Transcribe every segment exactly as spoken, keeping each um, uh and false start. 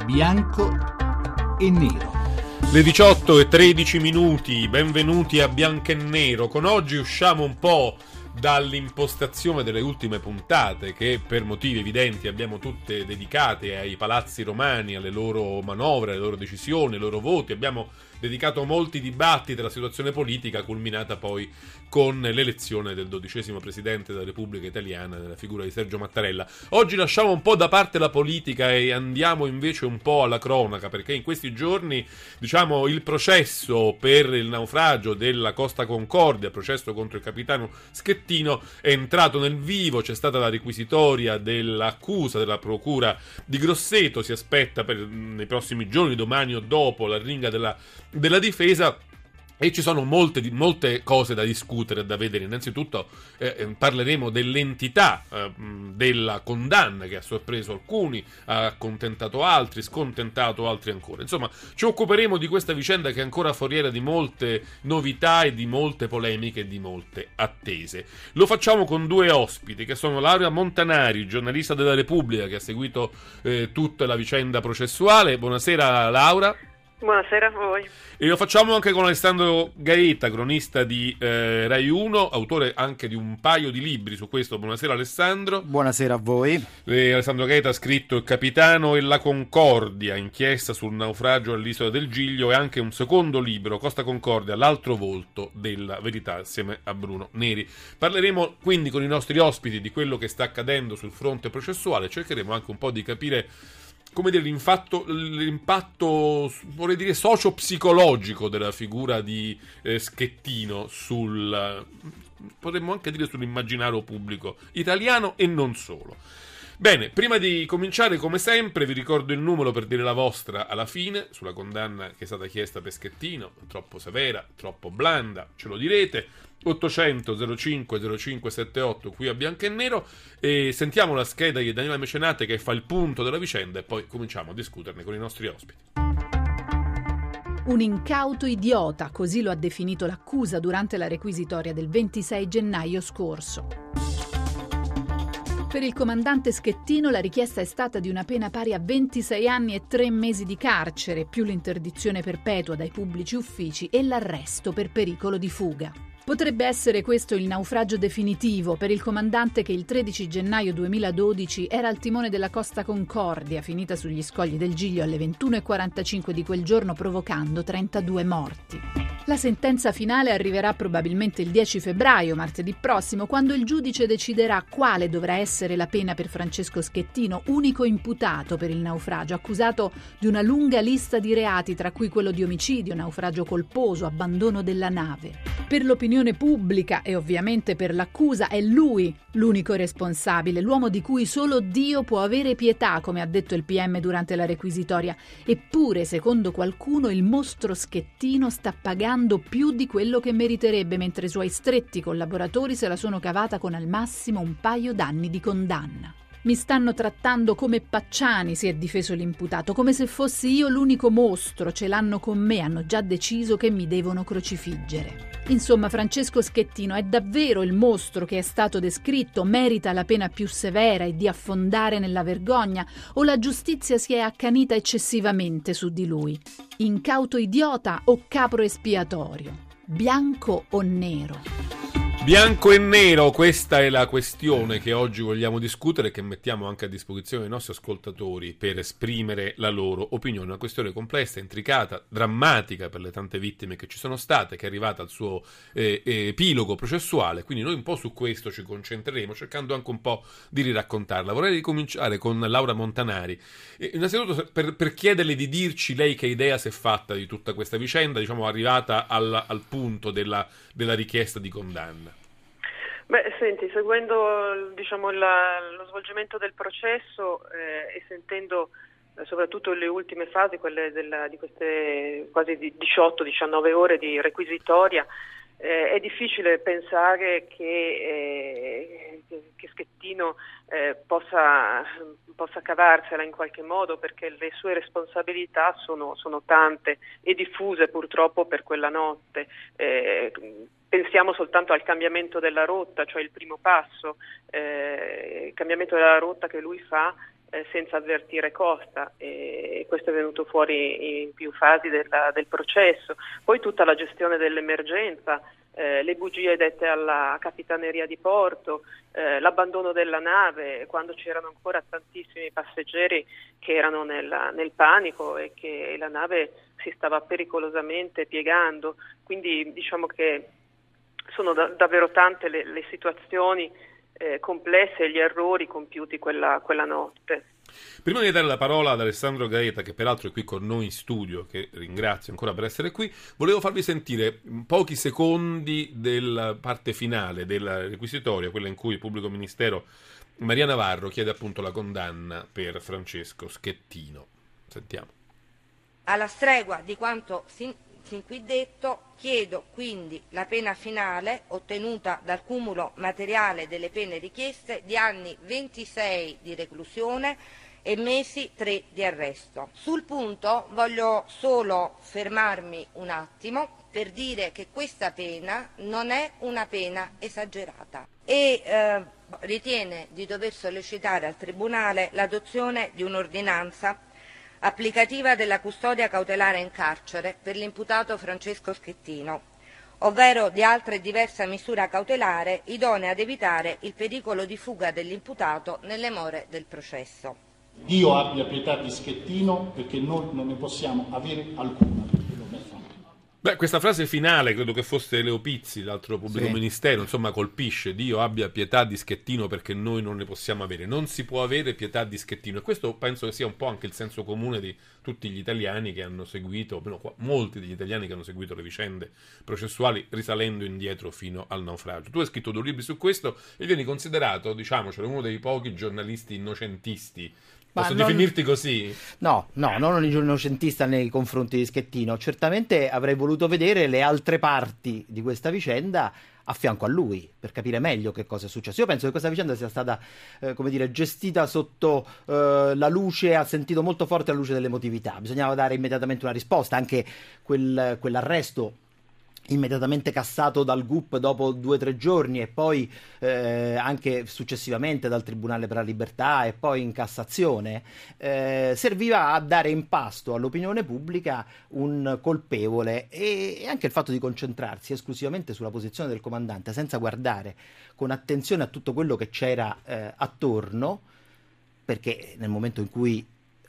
Bianco e nero. Le diciotto e tredici minuti, benvenuti a Bianco e Nero. Con oggi usciamo un po' dall'impostazione delle ultime puntate, che per motivi evidenti abbiamo tutte dedicate ai palazzi romani, alle loro manovre, alle loro decisioni, ai loro voti. Abbiamo dedicato molti dibattiti alla situazione politica, culminata poi con l'elezione del dodicesimo presidente della Repubblica Italiana, nella figura di Sergio Mattarella. Oggi lasciamo un po' da parte la politica e andiamo invece un po' alla cronaca, perché in questi giorni, diciamo, il processo per il naufragio della Costa Concordia, processo contro il capitano Schettino, è entrato nel vivo. C'è stata la requisitoria dell'accusa della procura di Grosseto. Si aspetta per, nei prossimi giorni, domani o dopo, la ringa della della difesa, e ci sono molte, molte cose da discutere e da vedere. Innanzitutto eh, parleremo dell'entità eh, della condanna, che ha sorpreso alcuni, ha accontentato altri, scontentato altri ancora. Insomma, ci occuperemo di questa vicenda che è ancora foriera di molte novità e di molte polemiche e di molte attese. Lo facciamo con due ospiti, che sono Laura Montanari, giornalista della Repubblica, che ha seguito eh, tutta la vicenda processuale. Buonasera Laura. Buonasera a voi. E lo facciamo anche con Alessandro Gaeta, cronista di eh, Rai uno, autore anche di un paio di libri su questo. Buonasera Alessandro. Buonasera a voi. E Alessandro Gaeta ha scritto Il capitano e la Concordia, inchiesta sul naufragio all'isola del Giglio, e anche un secondo libro, Costa Concordia, l'altro volto della verità, assieme a Bruno Neri. Parleremo quindi con i nostri ospiti di quello che sta accadendo sul fronte processuale. Cercheremo anche un po' di capire, come dire, l'impatto, l'impatto vorrei dire socio-psicologico della figura di eh, Schettino sul, potremmo anche dire, sull'immaginario pubblico italiano e non solo. Bene, prima di cominciare, come sempre, vi ricordo il numero per dire la vostra alla fine sulla condanna che è stata chiesta per Schettino. Troppo severa, troppo blanda, ce lo direte. ottocento zero cinque zero cinque settantotto qui a Bianco e Nero, e sentiamo la scheda di Daniela Mecenate che fa il punto della vicenda e poi cominciamo a discuterne con i nostri ospiti. Un incauto idiota, così lo ha definito l'accusa durante la requisitoria del ventisei gennaio scorso. Per il comandante Schettino la richiesta è stata di una pena pari a ventisei anni e tre mesi di carcere, più l'interdizione perpetua dai pubblici uffici e l'arresto per pericolo di fuga. Potrebbe essere questo il naufragio definitivo per il comandante che il tredici gennaio duemiladodici era al timone della Costa Concordia, finita sugli scogli del Giglio alle ventuno e quarantacinque di quel giorno, provocando trentadue morti. La sentenza finale arriverà probabilmente il dieci febbraio, martedì prossimo, quando il giudice deciderà quale dovrà essere la pena per Francesco Schettino, unico imputato per il naufragio, accusato di una lunga lista di reati, tra cui quello di omicidio, naufragio colposo, abbandono della nave. Per l'opinione pubblica e ovviamente per l'accusa è lui l'unico responsabile, l'uomo di cui solo Dio può avere pietà, come ha detto il P M durante la requisitoria. Eppure, secondo qualcuno, il mostro Schettino sta pagando più di quello che meriterebbe, mentre i suoi stretti collaboratori se la sono cavata con al massimo un paio d'anni di condanna. Mi stanno trattando come Pacciani, si è difeso l'imputato, come se fossi io l'unico mostro, ce l'hanno con me, hanno già deciso che mi devono crocifiggere. Insomma, Francesco Schettino è davvero il mostro che è stato descritto, merita la pena più severa e di affondare nella vergogna, o la giustizia si è accanita eccessivamente su di lui? Incauto idiota o capro espiatorio? Bianco o nero? Bianco e nero, questa è la questione che oggi vogliamo discutere e che mettiamo anche a disposizione dei nostri ascoltatori per esprimere la loro opinione. Una questione complessa, intricata, drammatica per le tante vittime che ci sono state, che è arrivata al suo eh, epilogo processuale, quindi noi un po' su questo ci concentreremo, cercando anche un po' di riraccontarla. Vorrei ricominciare con Laura Montanari, eh, innanzitutto per, per chiederle di dirci lei che idea si è fatta di tutta questa vicenda, diciamo arrivata al, al punto della, della richiesta di condanna. Beh, senti, seguendo diciamo, la, lo svolgimento del processo eh, e sentendo eh, soprattutto le ultime fasi, quelle della, di queste quasi diciotto diciannove ore di requisitoria, eh, è difficile pensare che, eh, che Schettino eh, possa, possa cavarsela in qualche modo, perché le sue responsabilità sono, sono tante e diffuse purtroppo per quella notte. Eh, Pensiamo soltanto al cambiamento della rotta, cioè il primo passo, eh, il cambiamento della rotta che lui fa eh, senza avvertire Costa, e questo è venuto fuori in più fasi della, del processo. Poi tutta la gestione dell'emergenza, eh, le bugie dette alla Capitaneria di Porto, eh, l'abbandono della nave quando c'erano ancora tantissimi passeggeri che erano nel, nel panico e che la nave si stava pericolosamente piegando. Quindi diciamo che sono da, davvero tante le, le situazioni eh, complesse e gli errori compiuti quella, quella notte. Prima di dare la parola ad Alessandro Gaeta, che peraltro è qui con noi in studio, che ringrazio ancora per essere qui, volevo farvi sentire pochi secondi della parte finale della requisitoria, quella in cui il pubblico ministero Maria Navarro chiede appunto la condanna per Francesco Schettino. Sentiamo. Alla stregua di quanto sin, sin qui detto, chiedo quindi la pena finale ottenuta dal cumulo materiale delle pene richieste di anni ventisei di reclusione e mesi tre di arresto. Sul punto voglio solo fermarmi un attimo per dire che questa pena non è una pena esagerata e eh, ritiene di dover sollecitare al Tribunale l'adozione di un'ordinanza applicativa della custodia cautelare in carcere per l'imputato Francesco Schettino, ovvero di altra e diversa misura cautelare idonea ad evitare il pericolo di fuga dell'imputato nelle more del processo. Dio abbia pietà di Schettino, perché noi non ne possiamo avere alcuna. Beh, questa frase finale, credo che fosse Leo Pizzi, l'altro pubblico sì. ministero, insomma colpisce: Dio abbia pietà di Schettino perché noi non ne possiamo avere. Non si può avere pietà di Schettino, e questo penso che sia un po' anche il senso comune di tutti gli italiani che hanno seguito, o meno molti degli italiani che hanno seguito le vicende processuali risalendo indietro fino al naufragio. Tu hai scritto due libri su questo e vieni considerato, diciamocelo, uno dei pochi giornalisti innocentisti. Posso non... definirti così? No, no, non un innocentista nei confronti di Schettino. Certamente avrei voluto vedere le altre parti di questa vicenda a fianco a lui, per capire meglio che cosa è successo. Io penso che questa vicenda sia stata, eh, come dire, gestita sotto eh, la luce, ha sentito molto forte la luce dell'emotività. Bisognava dare immediatamente una risposta, anche quel, quell'arresto immediatamente cassato dal G U P dopo due o tre giorni e poi eh, anche successivamente dal Tribunale per la Libertà e poi in Cassazione, eh, serviva a dare in pasto all'opinione pubblica un colpevole, e, e anche il fatto di concentrarsi esclusivamente sulla posizione del comandante senza guardare con attenzione a tutto quello che c'era eh, attorno, perché nel momento in cui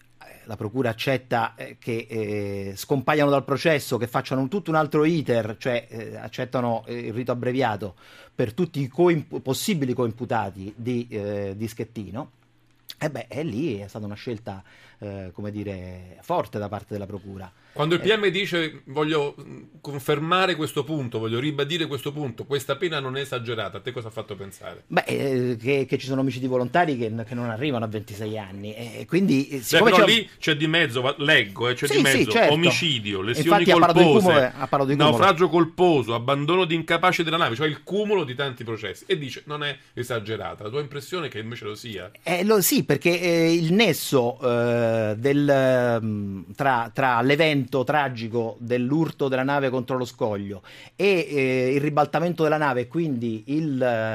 la procura accetta eh, che eh, scompaiano dal processo, che facciano un, tutto un altro iter, cioè eh, accettano eh, il rito abbreviato per tutti i coimp- possibili coimputati di, eh, di Schettino, e beh, e lì è stata una scelta, eh, come dire, forte da parte della procura. Quando il P M eh, dice voglio confermare questo punto, voglio ribadire questo punto, questa pena non è esagerata, a te cosa ha fatto pensare? Beh, eh, che, che ci sono omicidi volontari che, che non arrivano a ventisei anni, e quindi eh, Beh, però c'è... lì c'è di mezzo, leggo, eh, c'è sì, di mezzo sì, certo. omicidio, lesioni infatti, colpose, ha cumulo, naufragio colposo, abbandono di incapaci della nave, cioè il cumulo di tanti processi, e dice non è esagerata. La tua impressione è che invece lo sia? Eh, lo, sì, perché eh, il nesso eh, del, tra, tra l'evento tragico dell'urto della nave contro lo scoglio e eh, il ribaltamento della nave, quindi il,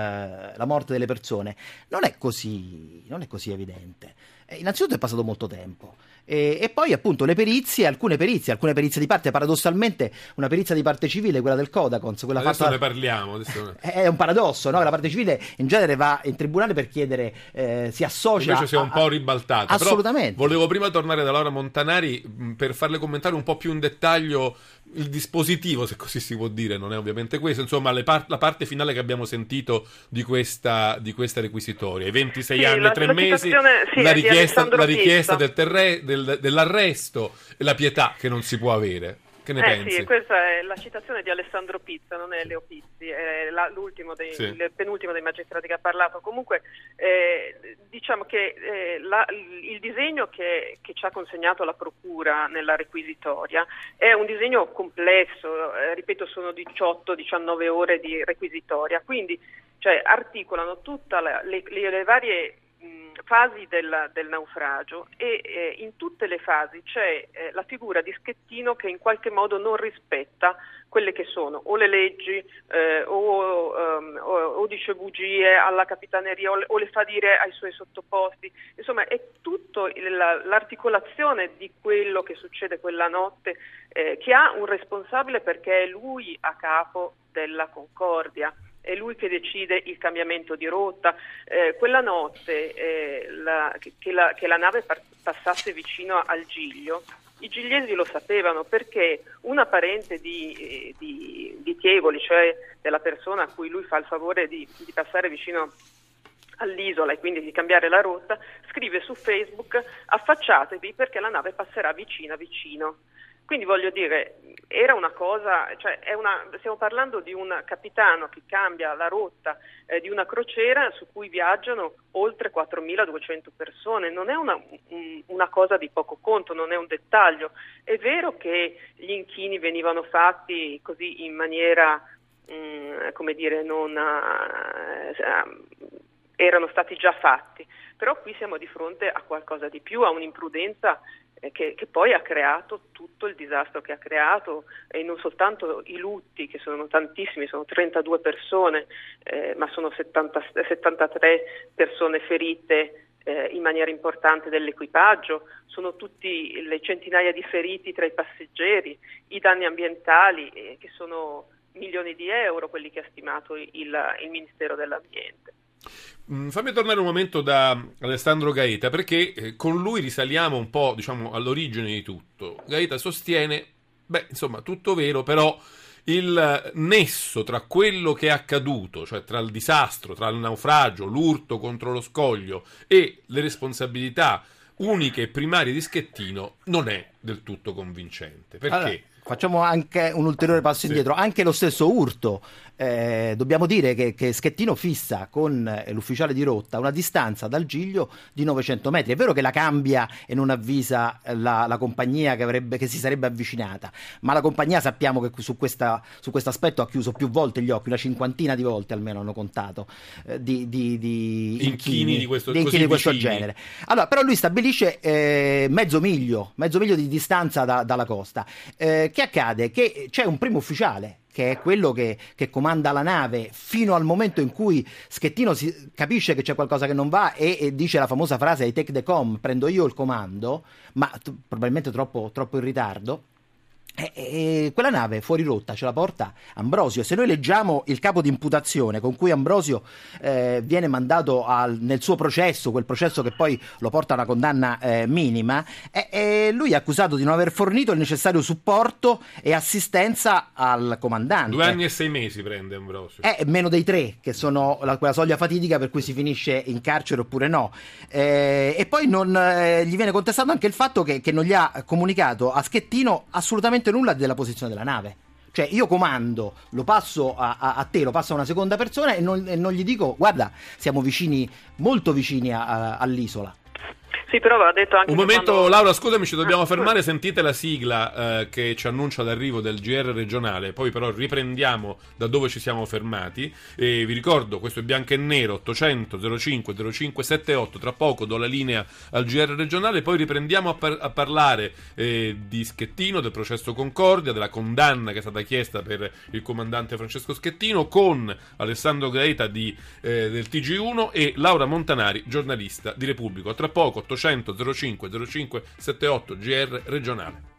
la morte delle persone, non è così, non è così evidente. Eh, innanzitutto è passato molto tempo. E, e poi appunto le perizie, alcune perizie, alcune perizie di parte, paradossalmente una perizia di parte civile, quella del Codacons, quella adesso fatta... ne parliamo adesso... è un paradosso, no? La parte civile in genere va in tribunale per chiedere, eh, si associa, invece si è un a... po' ribaltata. Assolutamente. Però volevo prima tornare da Laura Montanari mh, per farle commentare un po' più in dettaglio il dispositivo, se così si può dire, non è ovviamente questo, insomma le par- la parte finale che abbiamo sentito di questa, di questa requisitoria, i ventisei sì, anni e tre mesi, sì, la richiesta, la richiesta del terre- del, dell'arresto e la pietà che non si può avere. Che ne eh, pensi? Sì, questa è la citazione di Alessandro Pizza, non è Leo Pizzi, è la, l'ultimo dei, sì. il penultimo dei magistrati che ha parlato. Comunque eh, diciamo che eh, la, il disegno che, che ci ha consegnato la procura nella requisitoria è un disegno complesso, eh, ripeto, sono diciotto diciannove ore di requisitoria, quindi cioè, articolano tutte le, le, le varie mh, fasi del, del naufragio e eh, in tutte le fasi c'è eh, la figura di Schettino che in qualche modo non rispetta quelle che sono o le leggi eh, o, um, o, o dice bugie alla capitaneria o le, o le fa dire ai suoi sottoposti. Insomma, è tutto il, l'articolazione di quello che succede quella notte eh, che ha un responsabile, perché è lui a capo della Concordia. È lui che decide il cambiamento di rotta. Eh, quella notte eh, la, che, la, che la nave par- passasse vicino al Giglio, i gigliesi lo sapevano, perché una parente di, di, di Tievoli, cioè della persona a cui lui fa il favore di, di passare vicino all'isola e quindi di cambiare la rotta, scrive su Facebook: affacciatevi perché la nave passerà vicino vicino. Quindi voglio dire, era una cosa, cioè è una, stiamo parlando di un capitano che cambia la rotta eh, di una crociera su cui viaggiano oltre quattromiladuecento persone. Non è una, un, una cosa di poco conto, non è un dettaglio. È vero che gli inchini venivano fatti così in maniera, mh, come dire, non uh, erano stati già fatti, però qui siamo di fronte a qualcosa di più, a un'imprudenza Che, che poi ha creato tutto il disastro che ha creato, e non soltanto i lutti, che sono tantissimi, sono trentadue persone, eh, ma sono settanta, settantatré persone ferite eh, in maniera importante dell'equipaggio, sono tutti le centinaia di feriti tra i passeggeri, i danni ambientali eh, che sono milioni di euro, quelli che ha stimato il, il Ministero dell'Ambiente. Fammi tornare un momento da Alessandro Gaeta, perché eh, con lui risaliamo un po', diciamo, all'origine di tutto. Gaeta sostiene, beh, insomma, tutto vero, però il nesso tra quello che è accaduto, cioè tra il disastro, tra il naufragio, l'urto contro lo scoglio e le responsabilità uniche e primarie di Schettino non è del tutto convincente. Perché? Allora, facciamo anche un ulteriore passo sì. indietro. Anche lo stesso urto, eh, dobbiamo dire che, che Schettino fissa con eh, l'ufficiale di rotta una distanza dal Giglio di novecento metri. È vero che la cambia e non avvisa la, la compagnia che, avrebbe, che si sarebbe avvicinata, ma la compagnia sappiamo che su questa su questo aspetto ha chiuso più volte gli occhi, una cinquantina di volte almeno hanno contato, eh, di, di, di inchini di questo, di, inchini di questo vicini. genere. Allora, però lui stabilisce eh, mezzo miglio, mezzo miglio di distanza da, dalla costa. Eh, che accade? Che c'è un primo ufficiale, che è quello che, che comanda la nave, fino al momento in cui Schettino si, capisce che c'è qualcosa che non va e, e dice la famosa frase I take the com, prendo io il comando, ma t- probabilmente troppo, troppo in ritardo. E, e quella nave fuori rotta ce la porta Ambrosio. Se noi leggiamo il capo di imputazione con cui Ambrosio eh, viene mandato al, nel suo processo, quel processo che poi lo porta a una condanna eh, minima, e, e lui è accusato di non aver fornito il necessario supporto e assistenza al comandante. Due anni e sei mesi prende Ambrosio. È meno dei tre, che sono la, quella soglia fatidica per cui si finisce in carcere oppure no. Eh, e poi non, eh, gli viene contestato anche il fatto che, che non gli ha comunicato a Schettino assolutamente nulla della posizione della nave. Cioè, io comando, lo passo a, a, a te, lo passo a una seconda persona e non, e non gli dico: guarda, siamo vicini, molto vicini a, a, all'isola. Sì, però va detto anche un momento, quando... Laura, scusami, ci dobbiamo ah, fermare. Sentite la sigla eh, che ci annuncia l'arrivo del G R regionale, poi però riprendiamo da dove ci siamo fermati. E vi ricordo, questo è Bianco e Nero, ottocento zero cinque zero cinque settantotto. Tra poco do la linea al G R regionale, poi riprendiamo a, par- a parlare eh, di Schettino, del processo Concordia, della condanna che è stata chiesta per il comandante Francesco Schettino, con Alessandro Gaeta di, eh, del T G uno e Laura Montanari, giornalista di Repubblica. Tra poco, ottocento zero cinque zero cinque settantotto G R regionale.